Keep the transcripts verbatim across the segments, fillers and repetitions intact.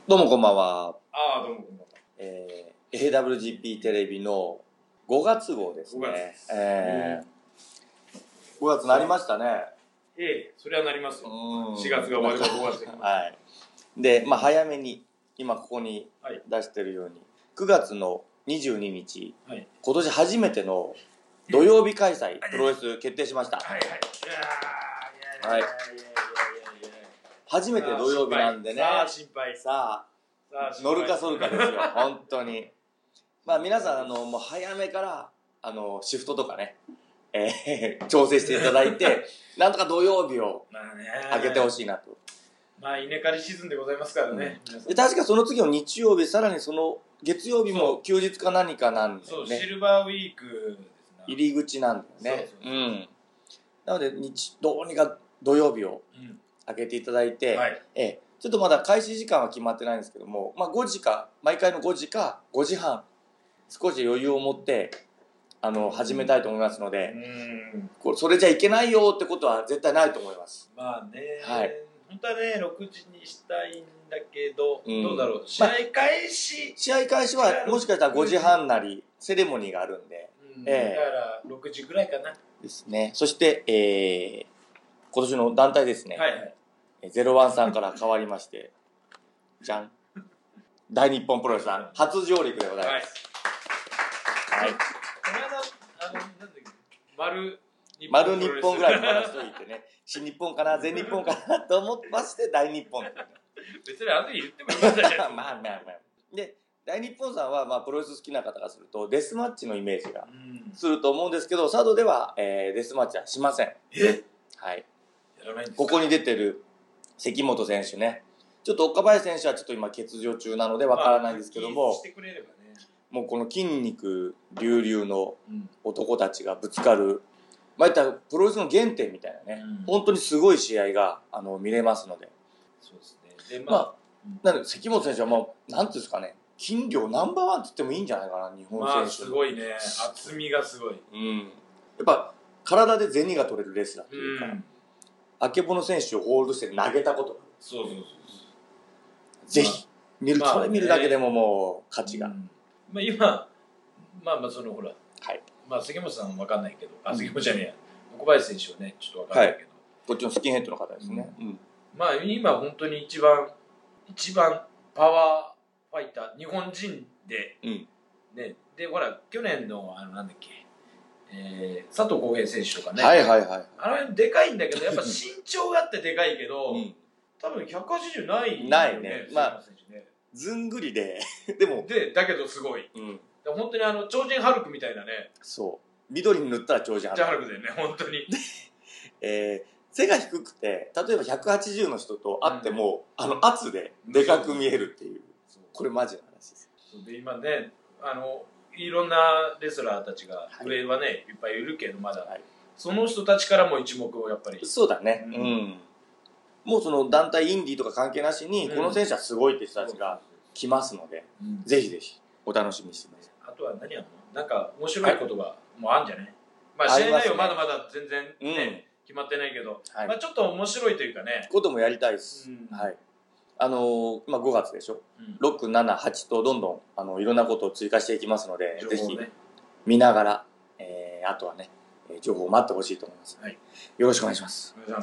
どうもこんばんは。 ああ、どうもこんばんは。 えー、エーダブリュージーピー テレビのごがつ号ですね。 ごがつです。 えー、ごがつなりましたね。 ええ、それはなりますよ。 うんしがつが終わればごがつで。 はい。で、まあ早めに、今ここに出してるように、くがつのにじゅうににち、はい、今年初めての土曜日開催、プロレス決定しました。はいはい。いやー、いやいやいやいやいやいや。初めて土曜日なんでね。 さあ心配。 さあ、乗るかそるかですよ。本当に。まあ皆さん、あの、もう早めから、あの、シフトとかね、えー、調整していただいて、なんとか土曜日を開けてほしいなと。 まあ、稲刈りシーズンでございますからね。 うん、で確かその次の日曜日、さらにその月曜日も休日か何かなんで、ね、 そう、シルバーウィークですね。 入り口なんだよね。そうそうそう、うん。なので日、どうにか土曜日を開けていただいて、うん、はい、えーちょっとまだ開始時間は決まってないんですけども、まあ、ごじか、毎回のごじかごじはん、少し余裕を持ってあの始めたいと思いますので、うんこれそれじゃいけないよってことは絶対ないと思います。 まあね、はい、本当はねろくじにしたいんだけど、うん、どうだろう、試合開始、まあ、 試合開始はもしかしたらごじはんなりセレモニーがあるんで、 うんえー、だからろくじぐらいかなですね。そして、えー、今年の団体ですね、はいはい、ゼロワンさんから変わりまして、じゃん。大日本プロレスさん、初上陸でございます。はい。この間、あの、なんだっけ、丸日本。丸日本ぐらいの話と言ってね、新日本かな、全日本かなと思ってまして、大日本。 別にあの時言ってもいいんじゃないですか。 まあまあまあ。で、大日本さんは、まあ、プロレス好きな方がすると、デスマッチのイメージがすると思うんですけど、佐渡では、えー、デスマッチはしません。 えはい。 やらないんですか？ ここに出てる関本選手ね。ちょっと岡林選手はちょっと今欠場中なのでわからないんですけども、 してくれればね、 もうこの筋肉隆々の男たちがぶつかる、まあ、いったらプロレスの原点みたいなね、うん、本当にすごい試合があの見れますので、 そうですね。で、 まあ、まあ、なので関本選手はもうなんていうんですかね、筋量ナンバーワンって言ってもいいんじゃないかな、日本選手。 まあすごいね、厚みがすごい。 うん。やっぱ体で銭が取れるレスラーというか、うん、あけぼの選手をホールドして投げたことがある。 そうそうそう。 ぜひ見る、まあ、それ見るだけでももう価値が、うんまあ、今まあまあそのほら、はい、まあ関本さんわかんないけど、あ関本じゃねえや小林選手はねちょっとわかんないけど、はい、 こっちのスキンヘッドの方ですね、 うんうん、まあ今本当に一番一番パワーファイター日本人で、うん、ねでほら去年のあのなんだっけ、えー、佐藤浩平選手とかね、 はいはいはい、 あの辺でかいんだけどやっぱ身長があってでかいけど、うん多分ひゃくはちじゅうないよね。 ないね。まあ、ずんぐりで、でも。 で、だけどすごい。うん。本当にあの、超人ハルクみたいなね。 そう。緑に塗ったら超人ハルク。 ハルクだよね、本当に。 で、えー、背が低くて、例えばひゃくはちじゅうの人と会っても、うん、あの、圧ででかく見えるっていう。これマジな話です。 で、今ね、あの、いろんなレスラーたちが、上はね、はい、いっぱいいるけど、まだ、はい。その人たちからも一目をやっぱり。 そうだね。うん。うんもうその団体インディーとか関係なしに、うん、この選手はすごいって人たちが来ますので、うん、ぜひぜひお楽しみにしてください。 あとは何やるのなんか面白いことがもうあるんじゃない、はい、まあ試合内容まだまだ全然ね、うん、決まってないけど、はい、まあちょっと面白いというかね。 こともやりたいです。うん、はい。あのー、まあごがつでしょ。うん、ろく、なな、はちとどんどんあのいろんなことを追加していきますので、ね、ぜひ見ながら、えー、あとはね、情報を待ってほしいと思います。はい、よろしくお願いします。 お願いします。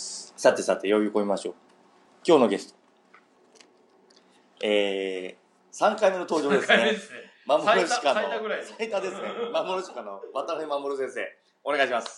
さてさて呼び込みましょう。今日のゲスト、えー、さんかいめの登場ですね。幻家の最多ですね。幻家の渡辺守先生、お願いします。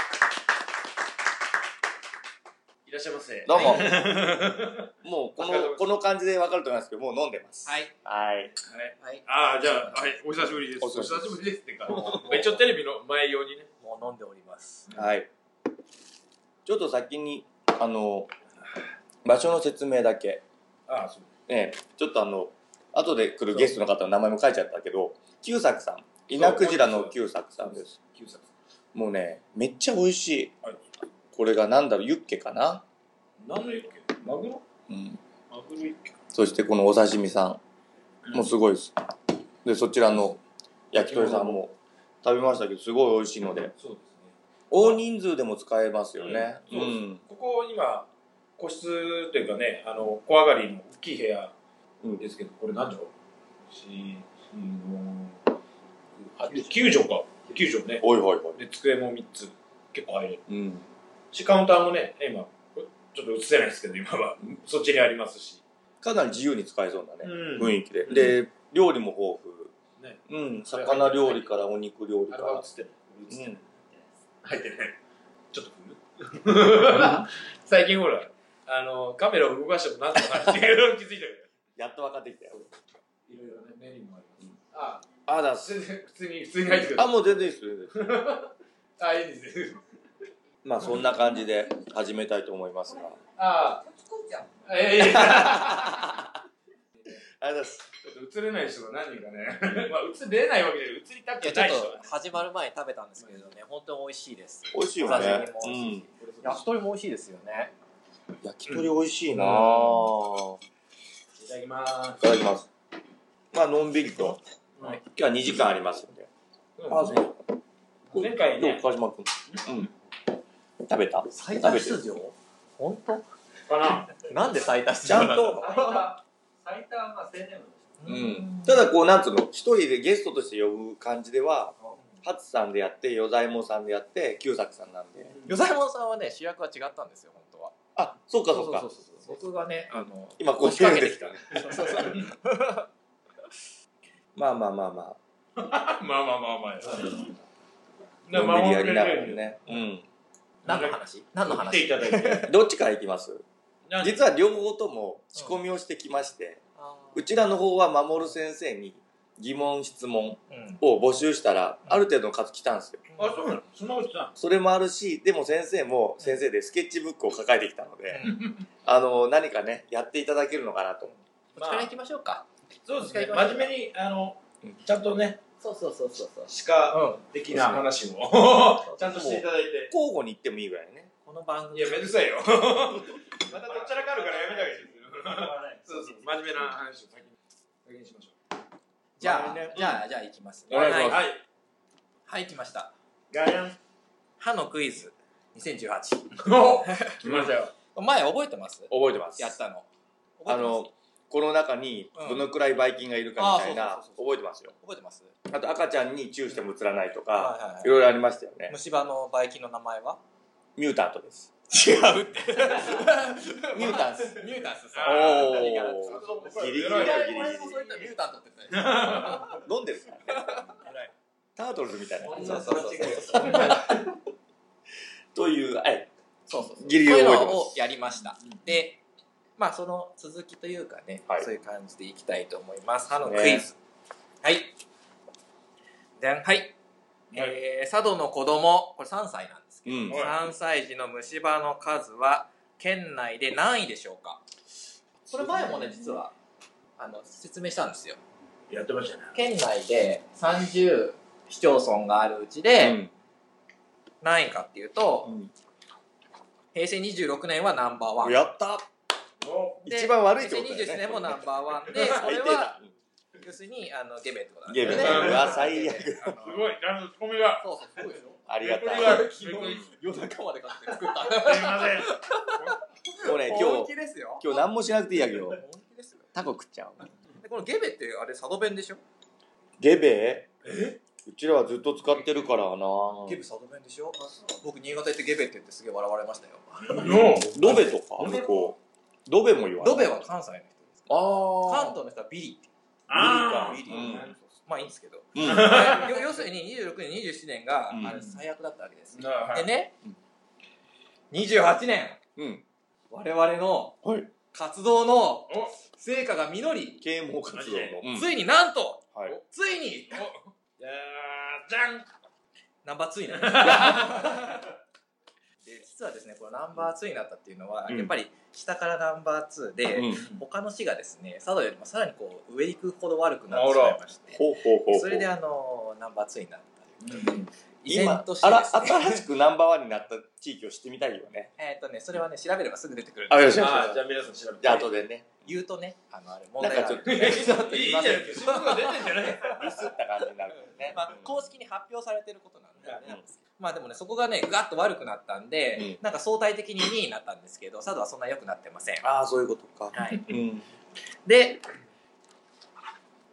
いらっしゃいませ。 どうも。もうこのこの感じでわかると思いますけど、もう飲んでます。 はい。 はい。 はい。ああじゃあはいお久しぶりです。お久しぶりですってか。一応テレビの前用にね。 もう飲んでおります。 はい。ちょっと先にあの場所の説明だけ。 ああそう。 ねちょっとあの後で来るゲストの方の名前も書いちゃったけど、久作さん、稲クジラの久作さんです。 久作。 もうねめっちゃ美味しい。はい、これがなんだろうユッケかな。 何のユッケ？マグロ？ うん。 マグロユッケ。 そしてこのお刺身さんもすごいです。でそちらの焼き鳥さんも食べましたけどすごい美味しいので。 そうですね。 大人数でも使えますよね。 うん、そうです、うん、ここ今個室というかねあの小上がりの大きい部屋ですけど、これ何畳？きゅう畳か。きゅう畳ね。 おいおいおい。 で、机もみっつ。結構入れる。うん。し、カウンターもね、今、ちょっと映せないですけど、今は。そっちにありますし。 かなり自由に使えそうなね、雰囲気で。で、料理も豊富。ね。うん。魚料理からお肉料理から。あれは映ってる。映ってる。 入ってない。ちょっと振る最近ほら、あの、カメラを動かしてもなんとかなっていうのを気づいたけど。 やっと分かってきたよ。 いろいろね、メニューもあります。ああ、あだ普通に、普通に入ってくる。 あ、もう全然いいです、全然いいです。 あ、いいですね。 まあ、そんな感じで始めたいと思いますが。 ああ。ええ。 ありがとうございます。 ちょっと映れない人が何人かね。まあ、映れないわけで、映りたくない人。 ちょっと始まる前に食べたんですけれどね、本当に美味しいです。 美味しいよね。 うん。焼き鳥も美味しいですよね。 焼き鳥美味しいなぁ。 いただきます。 いただきます。まあ、のんびりと。今日はにじかんありますので。 あ、そう。前回ね。 川島君。うん。食べた？ 最多出場？本当？ かな。 なんで最多出場？ ちゃんと。 最多は青年部。 うん。ただこうなんつうの、一人でゲストとして呼ぶ感じでは、ハツさんでやって、与左衛門さんでやって、久作さんなんで。 与左衛門さんはね、主役は違ったんですよ、本当は。 あ、そうかそうか。 僕がね、あの今こう仕掛けてきたね。 そうそう。 まあまあまあまあ。 まあまあまあまあ。 のんびりやりながらね。うん。 何の話？何の話？ どっちからいきます？実は両方とも仕込みをしてきまして、うちらの方は守先生に疑問質問を募集したら、ある程度の数来たんですよ。 あ、そうなの？そんなことしたの？ それもあるし、でも先生も先生でスケッチブックを抱えてきたので、あの、何かね、やっていただけるのかなと。 こっちから行きましょうか。 そうですね。真面目に、あの、ちゃんとね、 そうそうそうそう。 歯科的な話もちゃんとしていただいて。 交互に行ってもいいぐらいね。 この番組。 いや、めんどくさいよ。またどっちらかあるからやめた方がいいですよ。そうそう。真面目な話を先に、先にしましょう。 じゃあ、じゃあ、じゃあ行きますね。 はい。 はい、来ました。 ガヤン。 歯のクイズにせんじゅうはち。 来ましたよ。 前覚えてます？ 覚えてます。 やったの。 あの、この中にどのくらいばい菌がいるかみたいな、覚えてますよ。 覚えてます？ あと赤ちゃんにチューしても映らないとか、いろいろありましたよね。 虫歯のばい菌の名前は？ ミュータントです。 違うって。 ミュータンス。 ミュータンス。 おー。ギリギリだよ、ギリギリ。 ミュータントって言ったね。飲んでるからね。タートルズみたいな。 そうそうそう。 という、はい。 そうそうそう。 ギリギリ覚えてます。 をやりました。で、まあその続きというかね、そういう感じでいきたいと思います。歯のクイズ。はい。でん、はい。えー、佐渡の子供、これさんさいなんですけど、うん、さんさい児の虫歯の数は県内で何位でしょうか？これ前もね、実はあの説明したんですよ。 やってましたね。 県内でさんじゅう市町村があるうちで、うん、何位かっていうと、うん、へいせいにじゅうろくねんはナンバーワン。 やった一番悪いってことだよね。 へいせいにじゅうななねんもナンバーワンで、これは要するにあのゲベってことなんですよね。 ゲベ。うわ最悪。 すごい。あのツッコミが。 そうそうすごいでしょ。 ありがたい。 昨日夜中まで買って作った。 すいません。 もうね今日本気ですよ。 今日何もしなくていいやけど。 本気ですよ。 タコ食っちゃう。 でこのゲベってあれ佐渡弁でしょ。 ゲベ？ え？ うちらはずっと使ってるからな。 ゲベ佐渡弁でしょ。僕新潟行ってゲベって言ってすげえ笑われましたよ。 ドベとかこうドベも言わない。 ドベは関西の人です。 ああ。 関東の人はビリって。 ああ。 ビリか。ビリ。まあいいんですけど。要するににじゅうろくねん、にじゅうななねんがあれ最悪だったわけです。でね、にじゅうはちねん我々の活動の成果が実り、 啓蒙活動のついになんとついにじゃんナンバーツーになりまで実はですね、このナンバーツーになったっていうのは、うん、やっぱり下からナンバーツーで、うん、他の市がですね佐渡よりもさらにこう上行くほど悪くなってしまいまして、それであのナンバーツーになったという、うん、依然としてですね、 新しくナンバーワンになった地域を知ってみたいよね。 えっとねそれはね調べればすぐ出てくるんですけど、 あ、じゃあ皆さん調べて、 じゃあ後でね言うとね、あのあれ問題がある。 いいじゃん、いいじゃん、新聞が出てんじゃない。 ミスった感じになるね。 まあ公式に発表されてることなんで、ね、まあでもねそこがねガッと悪くなったんで、うん、なんか相対的ににいになったんですけど、佐渡はそんな良くなってません。 ああそういうことか。 はい。うん、で、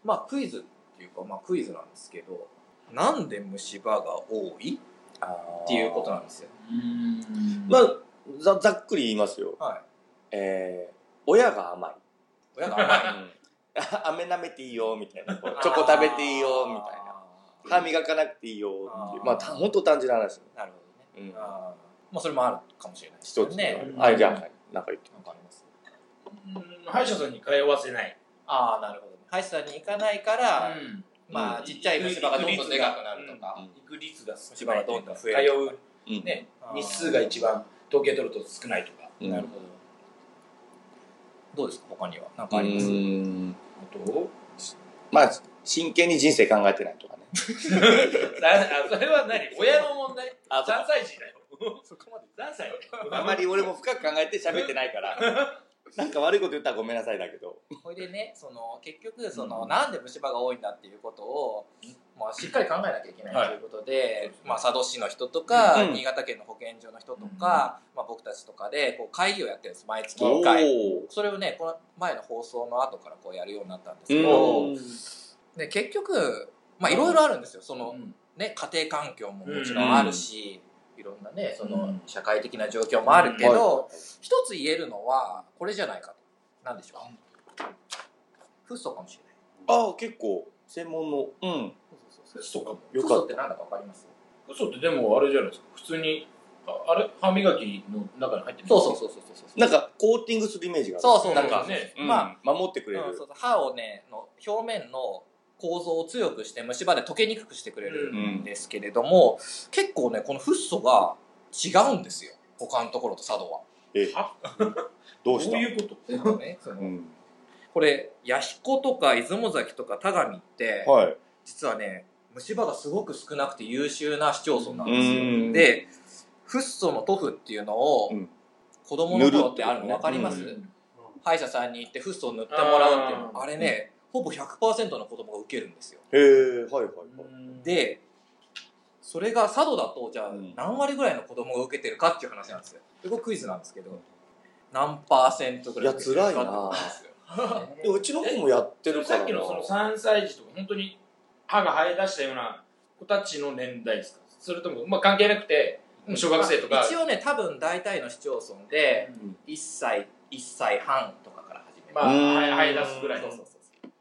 まあクイズっていうか、まあクイズなんですけど、なんで虫歯が多いっていうことなんですよ。 うんまあざ、ざっくり言いますよ。はい。えー、親が甘い。 親が甘い。 うん、飴舐めていいよみたいな。チョコ食べていいよみたいな。歯磨かなくていいよっていう。まあ本当単純な話。 なるほどね。うん、あまあそれもあるかもしれないですね。はい、じゃあ、はい、なんか言ってなんかあります。 うん、歯医者さんに通わせない。 ああ、なるほど。歯医者さんに行かないから、うん、まあちっちゃい虫歯がどんどんでかくなるとか、 行く率が虫歯がどんどん増える。 通うね日数が一番統計取ると少ないとか。 なるほど。どうですか他には何かあります？うんあとまあ真剣に人生考えてないとかね。 それは何？親の問題？さんさい児だよ。そこまでさんさい。 あまり俺も深く考えて喋ってないから。なんか悪いこと言ったらごめんなさいだけど。 これでね、その結局その、うん、なんで虫歯が多いんだっていうことを、まあ、しっかり考えなきゃいけないということで、はい、まあ、佐渡市の人とか、うん、新潟県の保健所の人とか、うん、まあ、僕たちとかでこう会議をやってるんです毎月いっかい。それをねこの前の放送の後からこうやるようになったんですけど、で結局まあいろいろあるんですよ。その、ね、家庭環境ももちろんあるし、いろんなねその社会的な状況もあるけど、一つ言えるのはこれじゃないかと。なんでしょう。フッ素かもしれない。ああ結構専門の。うん。 フッ素かも。 フッ素って何だかわかります？ フッ素ってでもあれじゃないですか。普通にあれ歯磨きの中に入ってる。 そうそうそうそうそう。 なんかコーティングするイメージがある。 そうそうなんかね、まあ守ってくれる。 そうそう歯をねの表面の構造を強くして虫歯で溶けにくくしてくれるんですけれども、うん、結構ねこのフッ素が違うんですよ他のところと佐渡は。 えどうした？ どういうこと？ ね、そのうん、これ弥彦とか出雲崎とか田上って、 はい、 実はね虫歯がすごく少なくて優秀な市町村なんですよ。でフッ素の塗布っていうのを、うん、子供の頃ってあるの分かります？うん、歯医者さんに行ってフッ素を塗ってもらうっていうの あ, あれね、うん、ほぼ ひゃくパーセント の子供が受けるんですよ。 へえ、はいはいはい。 で、それが佐渡だとじゃあ何割ぐらいの子供が受けてるかっていう話なんですよ。これクイズなんですけど、何パーセントぐらい受けてるかってことですよ。 でうちの子もやってるからな。 さっきのそのさんさい児とか本当に歯が生え出したような子たちの年代ですか？それともまあ関係なくて小学生とか、まあ、 一応ね多分大体の市町村でいっさい、いっさいはんとかから始める。 まあ生え出すぐらい。そうそうそう。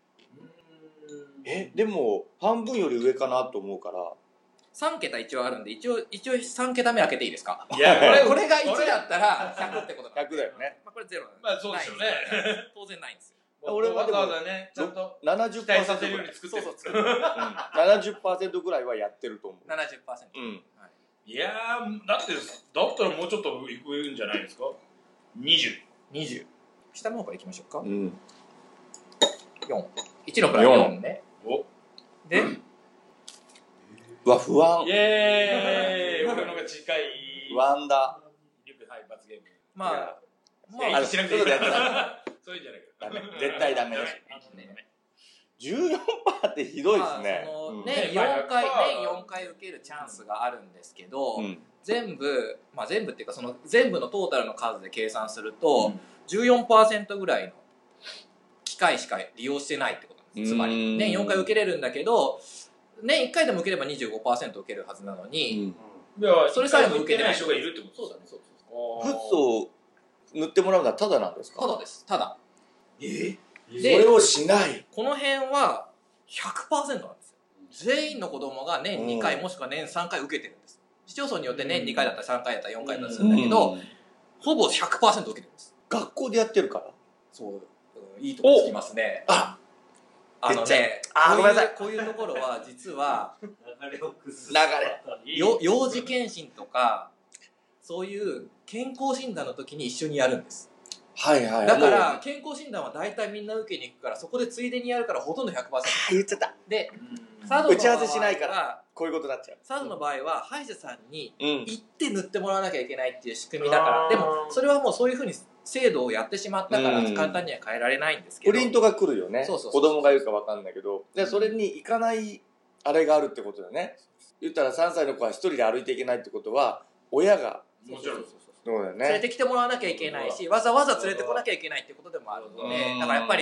えでも半分より上かなと思うからさん桁一応あるんで一応一応さん桁目開けていいですか？ いやこれこれがいちだったらひゃくってことだ。ひゃくだよね。 まあこれゼロなんで。 まあそうですよね。 当然ないんですよ。 俺はわざわざねちゃんとななじゅっパーセント ぐらい作ってる。 そうそう作る。 ななじゅっパーセント ぐらいはやってると思う。 ななじゅっパーセント。 うん。 いやーだってだったらもうちょっといくんじゃないですか？にじゅう。 にじゅう。下の方からいきましょうか。 うん。 よん。いちの位よんね。 お。 で、 うわ不安。 イエーイ。俺のが近い。 不安だ。 リュックはい罰ゲーム。 まあまあしなくていい。そういうんじゃないダメ。絶対ダメです。じゅうよんパーセント ってひどいですね。 年よんかい年よんかい受けるチャンスがあるんですけど、全部まあ全部っていうかその全部のトータルの数で計算すると じゅうよんパーセント ぐらいの機会しか利用してないってことなんです。つまり年よんかい受けれるんだけど年いっかいでも受ければ にじゅうごパーセント 受けるはずなのに、それさえも受けてない人がいるってこと。 そうだね。そうフッ素を塗ってもらうのはただなんですか？ ただです。ただ。 えそれをしない。 この辺は ひゃくパーセント なんですよ。全員の子供が年にかいもしくは年さんかい受けてるんです。市町村によって年にかいだったらさんかいだったらよんかいだったりするんだけど、ほぼ ひゃくパーセント 受けてるんです。 学校でやってるから。 そう、うん、いいとこつきますね。 あ、 あのね、 あごめんなさい。 こういうところは実は流れを崩す。 流れ。 よ幼児検診とかそういう健康診断の時に一緒にやるんです。 はいはい。 だから健康診断は大体みんな受けに行くからそこでついでにやるからほとんど ひゃくパーセント。 言っちゃった。 で、 打ち合わせしないからこういうことになっちゃう。 サドの場合は歯医者さんに行って塗ってもらわなきゃいけないっていう仕組みだから、うん、でもそれはもうそういうふうに制度をやってしまったから簡単には変えられないんですけど、 プリントが来るよね。 そうそうそう子供がいるか分かんないけど、でそれに行かないあれがあるってことだよね。言ったらさんさいの子は一人で歩いていけないってことは親がもちろんそうだよね、 連れてきてもらわなきゃいけないし、わざわざ連れてこなきゃいけないってことでもあるので、だからやっぱり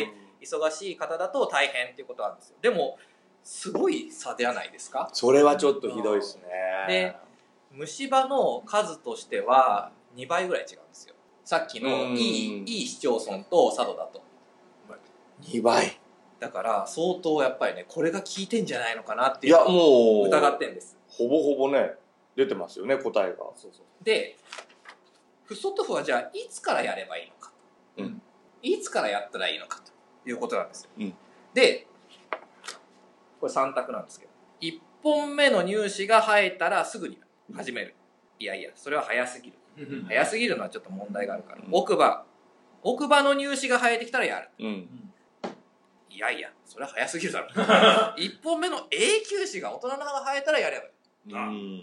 忙しい方だと大変っていうことなんですよ。でもすごい差ではないですか？ それはちょっとひどいですね。 で虫歯の数としてはにばいぐらい違うんですよ。さっきのいい、いい市町村と佐渡だとにばいだから相当やっぱりねこれが効いてんじゃないのかなっていうのを疑ってんです。 ほぼほぼね出てますよね、答えが。 そうそうでフッ素塗布はじゃあいつからやればいいのか、うん、いつからやったらいいのかということなんですよ、うん、でこれさん択なんですけど、いっぽんめの乳歯が生えたらすぐに始める、いやいやそれは早すぎる早すぎるのはちょっと問題があるから、うん、奥歯奥歯の乳歯が生えてきたらやる、うん、いやいやそれは早すぎるだろいっぽんめの永久歯が大人の歯が生えたらやればいい、うん、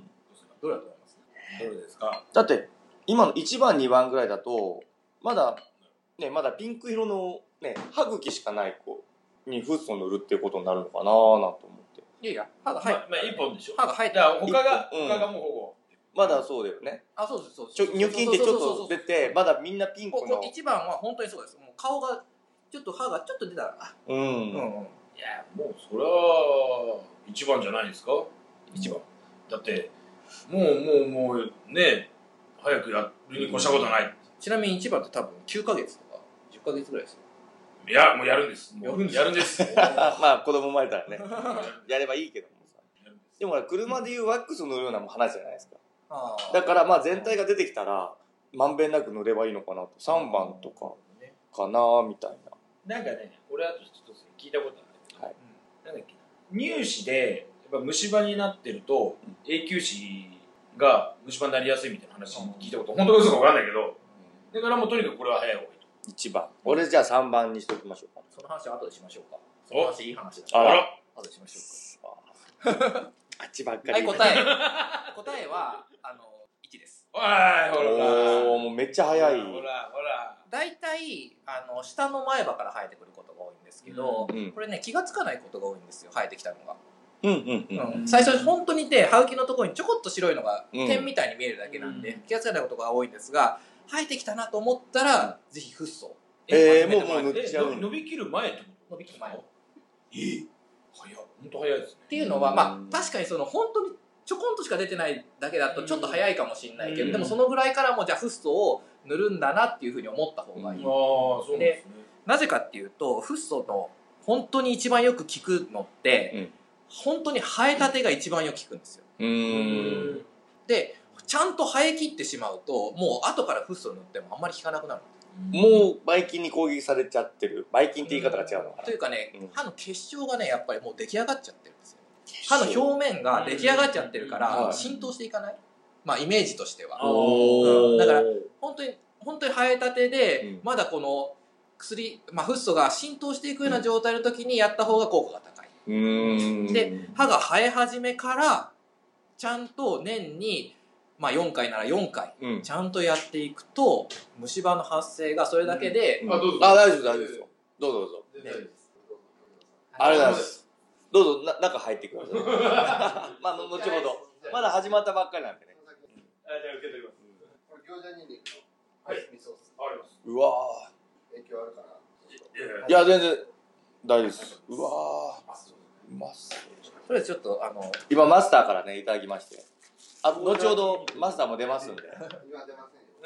どれだと思います？ どれですか？ だって今のいちばんにばんぐらいだとまだねまだピンク色のね歯茎しかない子にフッ素を塗るっていうことになるのかなと思って。 いやいや歯が生え、 まあ、まあいっぽんでしょ。 歯が生えて他が他がもうほぼまだそうだよね。 あ、そうですそうです。 ちょニョキンってちょっと出てまだみんなピンクの。 いちばんは本当にそうです。もう顔がちょっと歯がちょっと出たらうん、うん、いやもうそれはいちばんじゃないですか。いちばんだってもうもうもうね早くやるに越したことない、うん、 ちなみにいちばんって多分きゅうかげつとかじゅっかげつぐらいですよ。 いやもうやるんですやるんですやるんですまあ子供生まれたらねやればいいけどもさ、でも車でいうワックス塗るような話じゃないですか。あだからまあ全体が出てきたらまんべんなく塗ればいいのかなと、さんばんとかかなみたいな。なんかね俺あと一つ聞いたことある、はい、なんだっけ乳歯でやっぱ虫歯になってると永久歯が虫歯になりやすいみたいな話聞いたこと、うん、本当か嘘か分かんないけど、うん、だからもうとにかくこれは早い方がいいと。 いちばん俺じゃあさんばんにしときましょうか。 その話は後でしましょうか。その話いい話だあら後でしましょうかあっちばっかり、 はい、答え答えはあのいちです。 おいほらおもうめっちゃ早い。 ほらほらだいたいあの下の前歯から生えてくることが多いんですけど、うん、これね気がつかないことが多いんですよ、生えてきたのが。うんうんうんうん、最初本当にね歯茎のところにちょこっと白いのが点みたいに見えるだけなんで、うん、気がつかないことが多いんですが、生えてきたなと思ったらぜひフッ素えー、もうもう塗っちゃう。 伸びきる前ってこと？ 伸びきる前。 えー、早い、本当早いですね。 っていうのはまあ確かにその本当にちょこんとしか出てないだけだとちょっと早いかもしれないけど、でもそのぐらいからもじゃあフッ素を塗るんだなっていうふうに思った方がいい。 ああそうですね。 なぜかっていうとフッ素の本当に一番よく効くのって、うん、本当に生えたてが一番よく効くんですよ。うーんでちゃんと生え切ってしまうともう後からフッ素塗ってもあんまり効かなくなる。 もうばい菌に攻撃されちゃってる。ばい菌って言い方が違うのかな。 というかね、うん、歯の結晶がねやっぱりもう出来上がっちゃってるんですよ。歯の表面が出来上がっちゃってるから浸透していかない、まあイメージとしては、うん、だから本当に本当に生えたてでまだこの薬、まあ、フッ素が浸透していくような状態の時にやった方が効果が高い。うーんで歯が生え始めからちゃんと年にまあよんかいならよんかいちゃんとやっていくと虫歯の発生がそれだけで、 うんうん、あどうぞあ大丈夫大丈夫ですよ。どうぞどうぞ。大丈夫です。ありがとうございます。どうぞな中入ってくださいまあ後ほどまだ始まったばっかりなんでね。 あじゃあ受け取ります。 これ餃子にんにくのはい味噌あります。 うわ影響あるかな。 いや全然大丈夫です。うわうまそう。 それちょっとあの今マスターからねいただきまして、あ後ほどマスターも出ますんで今出ませんよ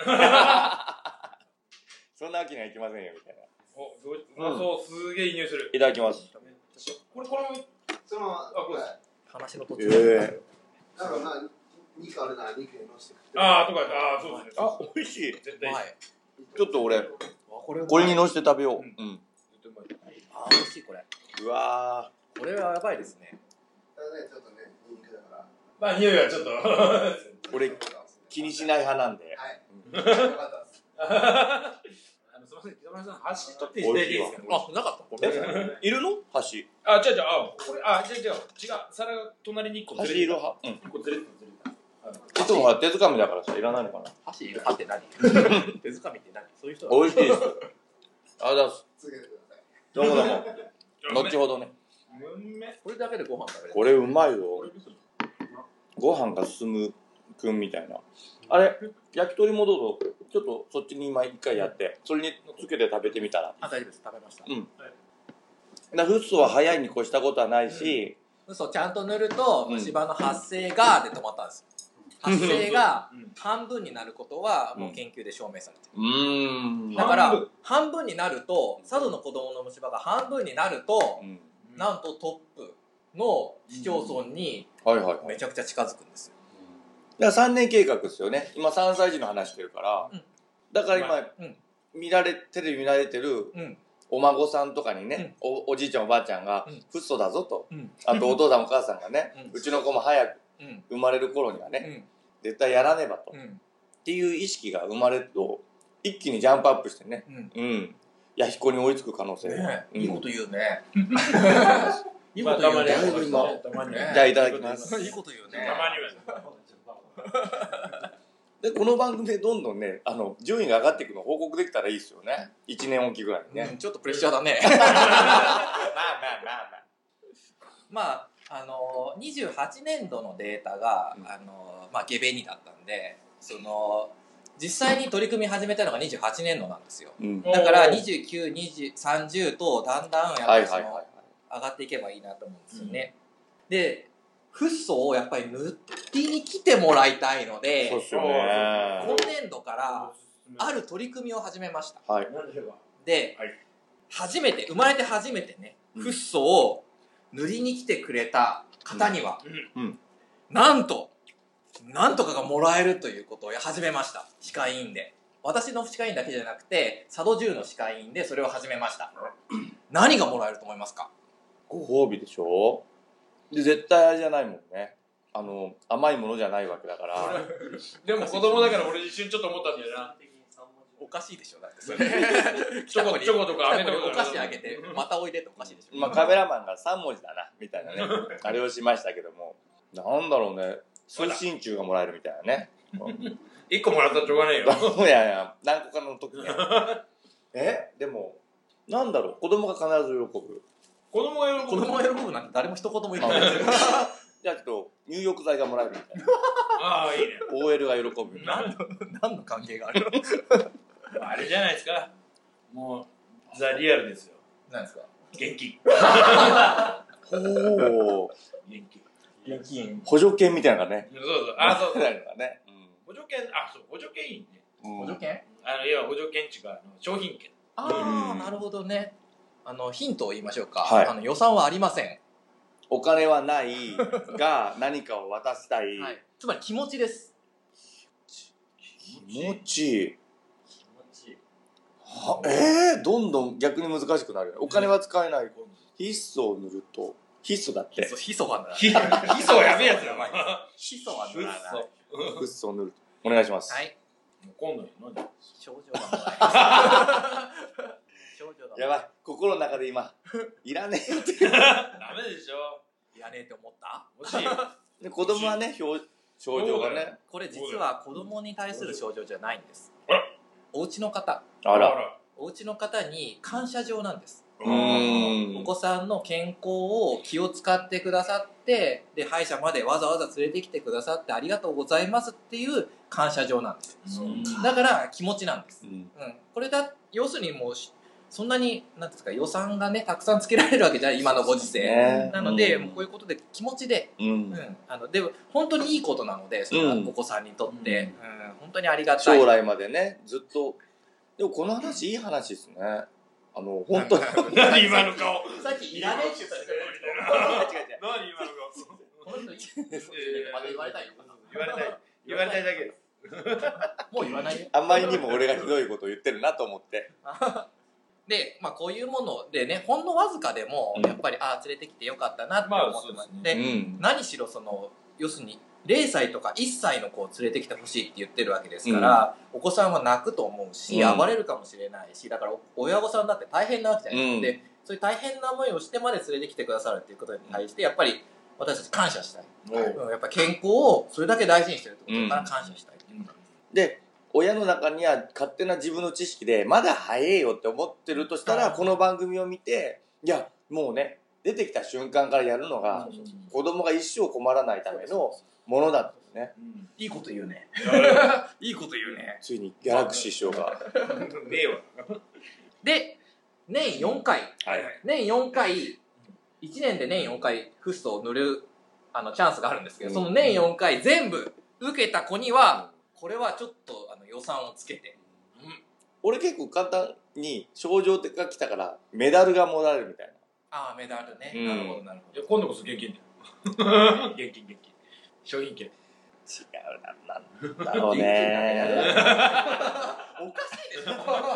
そんなわけにはいきませんよみたいな。 おうまそう、すげえいい匂いする。 いただきます。 これこれもそのままあこれ話の途中でだからまあ肉あるなら肉にのせて食って。 ああとかああそうですね。 あ美味しい。 絶対ちょっと俺これにのせて食べよう。うん。 あ美味しいこれ。 うわこれはやばいですね。 ただねちょっとねニンニクだから。 まあ匂いはちょっと俺気にしない派なんで。 はい。よかったです。 あのすみません北村さん箸取っていただいていいですか。 あなかったこれ。 いるの箸？ あ違う違うあこれあ違う違う違う皿が隣に一個ずれて箸いる派。うん。 一個ずれてるずれてる。 いつもは手づかみだからさいらないのかな。 箸いる派って何？手づかみって何？そういう人。 美味しいです。あざす。 続けてください。 どうもどうも。後ほどね。 これだけでご飯食べる。 これうまいよ。ご飯が進むくんみたいな。あれ焼き鳥もどうぞ。ちょっとそっちに今一回やって、それにつけて食べてみたら。 あ大丈夫です食べました。 うん。 だフッ素は早いに越したことはないし、 フッ素をちゃんと塗ると虫歯の発生がで止まったんですよ。発生が半分になることはもう研究で証明されてる。 うんだから半分になると、佐渡の子供の虫歯が半分になると、うん、なんとトップの市町村にめちゃくちゃ近づくんですよ。 だからさんねん計画ですよね。今さんさい児の話してるから、うん、だから今、うん、見られテレビ見られてる、うんお孫さんとかにね、うん、お, おじいちゃんおばあちゃんが、うん、フッ素だぞと、うん、あとお父さんお母さんがね、うん、うちの子も早く生まれる頃にはね、うん、絶対やらねばと、うん、っていう意識が生まれると一気にジャンプアップしてね、うんうん、弥彦に追いつく可能性が、 ねうん、いいこと言うねいいこと言うね、 まあ、たまにじゃあいただきますいいこと言うねたまにはでこの番組でどんどんねあの順位が上がっていくのを報告できたらいいですよね。いちねんおきぐらいにね、 うん、ちょっとプレッシャーだねまあまあまあまあまああのにじゅうはちねんどのデータが、うん、あのまあゲベにだったんで、その実際に取り組み始めたのがにじゅうはちねんどなんですよ、うん、だからにじゅうきゅう、にじゅう、さんじゅうとだんだんやっぱりその、はいはいはいはい、上がっていけばいいなと思うんですよね、うん、でフッ素をやっぱり塗りに来てもらいたいので、 そうですよね、 今年度からある取り組みを始めました、 はい、 で、はい、初めて生まれて初めてね、うん、フッ素を塗りに来てくれた方には、うんうん、なんとなんとかがもらえるということを始めました。歯科医院で、私の歯科医院だけじゃなくて佐渡中の歯科医院でそれを始めました何がもらえると思いますか？ ご褒美でしょ。で絶対あれじゃないもんね、あの甘いものじゃないわけだからでも子供だから俺一瞬ちょっと思ったんだよな。 おかしいでしょだってそれチョコチョコとか飴とかお菓子あげてまたおいでっておかしいでしょ。 まあカメラマンがさんもじだなみたいなねあれをしましたけども、なんだろうね、通信中がもらえるみたいなねいっこもらったらしょうがないよいやいや何個かの時ねえでもなんだろう、子供が必ず喜ぶ、 子供が喜ぶ子供が喜ぶなんて誰も一言も言ってないじゃあちょっと入浴剤がもらえるみたいなああいいねオーエル が喜ぶ何の何の関係があるのあれじゃないですか、もうザ・リアルですよ。 何ですか？ 現金ほう現金現金補助券みたいなのがね、 そうそうあそうそうね、うん、 補助券、あそう補助券いいね、 うん、補助券あの要は補助券っていうか商品券。 ああ、うん、なるほどね。あのヒントを言いましょうか、 はい、 あの予算はありません。 お金はないが何かを渡したい、 はい、つまり気持ちです。 気持ちはえー、どんどん逆に難しくなるよね。お金は使えない。ヒ素を塗るとヒ素だってヒ素は塗らない。 ヒ素はやべえやつだな。 ヒ素は塗らない。 フッ素を塗るとお願いします。 はい。 今度何？ 症状がもらえます。症状がやばい、心の中で今いらねえってダメでしょ。 いらねえって思った？ 欲しい。 で子供はね症状がね、 これ実は子供に対する症状じゃないんです。お家の方、 あら、 お家の方に感謝状なんです。 うーん、 お子さんの健康を気を使ってくださって、で歯医者までわざわざ連れてきてくださってありがとうございますっていう感謝状なんです。だから気持ちなんです、うんうん、これだ要するにもうそんなになんですか予算がねたくさんつけられるわけじゃない今のご時世、ね、なので、うん、もうこういうことで気持ちで、うんうん、あのでも本当にいいことなのでそれはお子さんにとって、うんうん、本当にありがたい。 将来までねずっと。でもこの話いい話ですね。あの本当に何今の顔さっきいらねえって言ったんですよ。 何今の顔この人いいまだ言われたいのかな。 言われたい言われたいだけですもう言わないよ。 あんまりにも俺がひどいことを言ってるなと思ってで、まあ、こういうものでねほんのわずかでもやっぱり、うん、ああ連れてきてよかったなって思ってます、まあ、で、うん、何しろその要するにゼロさいとかいっさいの子を連れてきてほしいって言ってるわけですから、うん、お子さんは泣くと思うし、うん、暴れるかもしれないしだから親御さんだって大変なわけじゃないですか、うん、でそういう大変な思いをしてまで連れてきてくださるっていうことに対してやっぱり私たち感謝したい、うん、やっぱ健康をそれだけ大事にしてるってことから感謝したいっていうことなんです、 で親の中には勝手な自分の知識でまだ早いよって思ってるとしたら、この番組を見ていやもうね出てきた瞬間からやるのが子供が一生困らないためのものだったね、 うん、いいこと言うねいいこと言うね。 ついにギャラクシー賞が名わで年よんかい、 はいはい、 年よんかい、いちねんで年よんかいフッ素を塗るあのチャンスがあるんですけど、うん、その年よんかい全部受けた子には、これはちょっとあの予算をつけて、 うん、俺結構簡単に症状が来たからメダルがもらえるみたいな。 ああ、メダルね、 うん、 なるほどなるほど。 今度こそ現金だよ現金現金商品券。 違うな、なんだろうねおかしいでしょ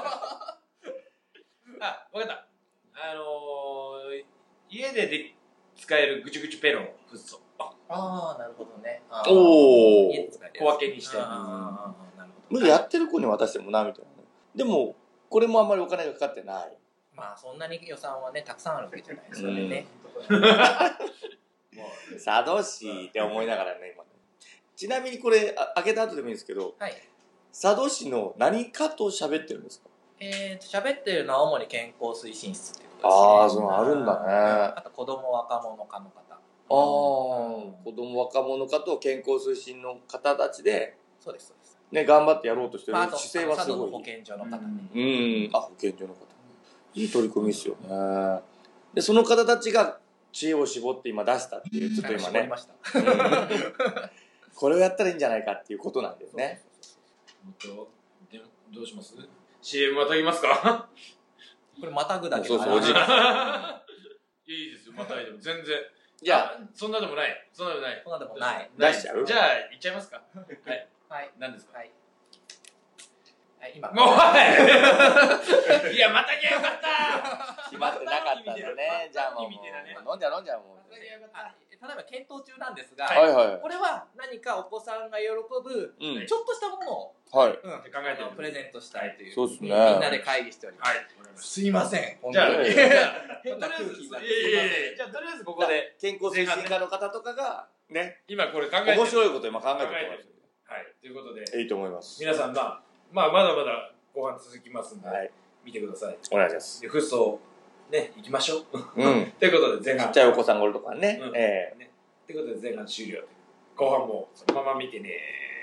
あ、わかった。あのー、家でで使えるぐちゅぐちゅペロンフッ素。 ああ、なるほどね。 おお。 小分けにして。 無理やってる子に渡してもなみたいな。でもこれもあんまりお金がかかってない。 まあそんなに予算はねたくさんあるわけじゃないですよね。 佐渡市って思いながらね今ね。ちなみにこれあ開けた後でもいいんですけど、 はい、 佐渡市の何かと喋ってるんですか？ えーと喋ってるのは主に健康推進室っていうことですね。 ああ、そうあるんだね。 あと子供若者科の方。 ああ、子供若者科と健康推進の方たちで、 そうですそうです。 ね、頑張ってやろうとしてる姿勢はすごい。 佐渡の保健所の方ね。 うん、あ、保健所の方。いい取り組みですよね。で、その方たちが知恵を絞って今出したっていう、ちょっと今ね。これをやったらいいんじゃないかっていうことなんですね。 でどうします ？シーエム またぎますか？ これまたぐだけど。 そうそう、おじい。いいですよ、またいでも全然。 じゃあ、 そんなでもない。そんなでもない。 そんなでもない。 出しちゃう？ じゃあ、いっちゃいますか。はい。 はい。 何ですか？ はい。今。 もういや、またぎゃよかった決まってなかったんだね。じゃあもう、飲んじゃ飲んじゃもう。 例えば検討中なんですが、 はいはい、 これは何かお子さんが喜ぶ、うん、ちょっとしたものを、 はい、 うん、考えてプレゼントしたいという、 そうですね、 みんなで会議しております。 はい、 すいません。 じゃあ、 変な空気になって。 じゃあとりあえずここで健康推進課の方とかがね、 今これ考えて面白いこと今考えてる。 はい、ということで、 いいと思います。 皆さんまあまあまだまだ後半続きますんで、はい、見てください。 お願いします。 フッ素ね行きましょう。 うん。 ということで前半。 ちっちゃいお子さんがおるとかね。 ええ。ということで前半終了。後半もそのまま見てね。